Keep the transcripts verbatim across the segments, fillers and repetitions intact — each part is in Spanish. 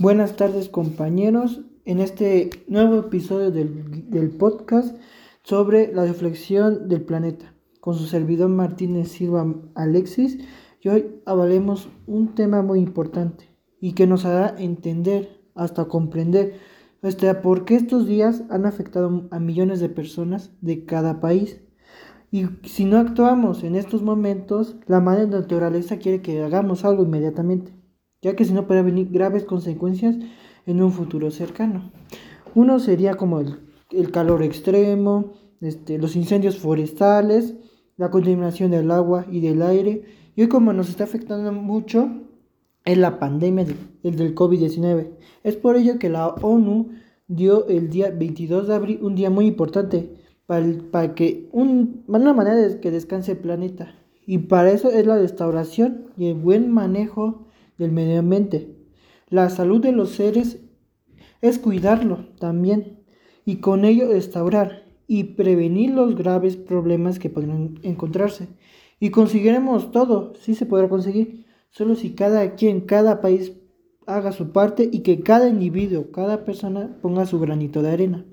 Buenas tardes, compañeros, en este nuevo episodio del, del podcast sobre la reflexión del planeta, con su servidor Martínez Silva Alexis, y hoy hablaremos un tema muy importante y que nos hará entender hasta comprender este, por qué estos días han afectado a millones de personas de cada país. Y si no actuamos en estos momentos, la madre naturaleza quiere que hagamos algo inmediatamente, ya que si no puede venir graves consecuencias en un futuro cercano. Uno sería como el, el calor extremo, este, los incendios forestales, la contaminación del agua y del aire. Y hoy como nos está afectando mucho es la pandemia de, el del COVID diecinueve. Es por ello que la ONU dio el día veintidós de abril un día muy importante para, el, para que un, una manera de que descanse el planeta. Y para eso es la restauración y el buen manejo del medio ambiente. La salud de los seres es cuidarlo también y con ello restaurar y prevenir los graves problemas que podrían encontrarse. Y conseguiremos todo, sí se podrá conseguir, solo si cada quien, cada país haga su parte y que cada individuo, cada persona ponga su granito de arena.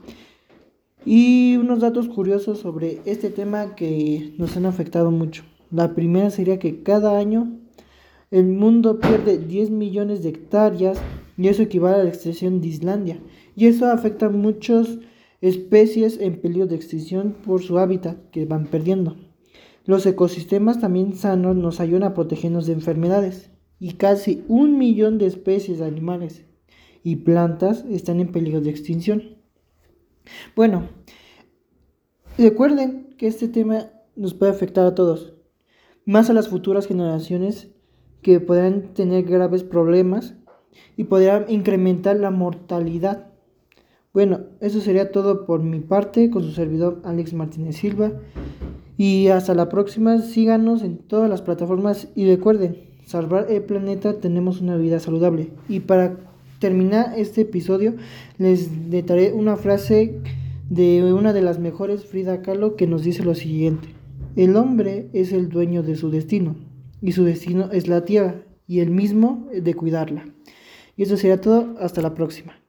Y unos datos curiosos sobre este tema que nos han afectado mucho. La primera sería que cada año el mundo pierde diez millones de hectáreas y eso equivale a la extinción de Islandia. Y eso afecta a muchas especies en peligro de extinción por su hábitat que van perdiendo. Los ecosistemas también sanos nos ayudan a protegernos de enfermedades. Y casi un millón de especies de animales y plantas están en peligro de extinción. Bueno, recuerden que este tema nos puede afectar a todos, más a las futuras generaciones que podrán tener graves problemas y podrán incrementar la mortalidad. Bueno, eso sería todo por mi parte con su servidor Alex Martínez Silva y hasta la próxima. Síganos en todas las plataformas y recuerden, salvar el planeta, tenemos una vida saludable. Y para terminar este episodio les detallaré una frase de una de las mejores, Frida Kahlo, que nos dice lo siguiente: el hombre es el dueño de su destino y su destino es la tierra y el mismo de cuidarla. Y eso sería todo, hasta la próxima.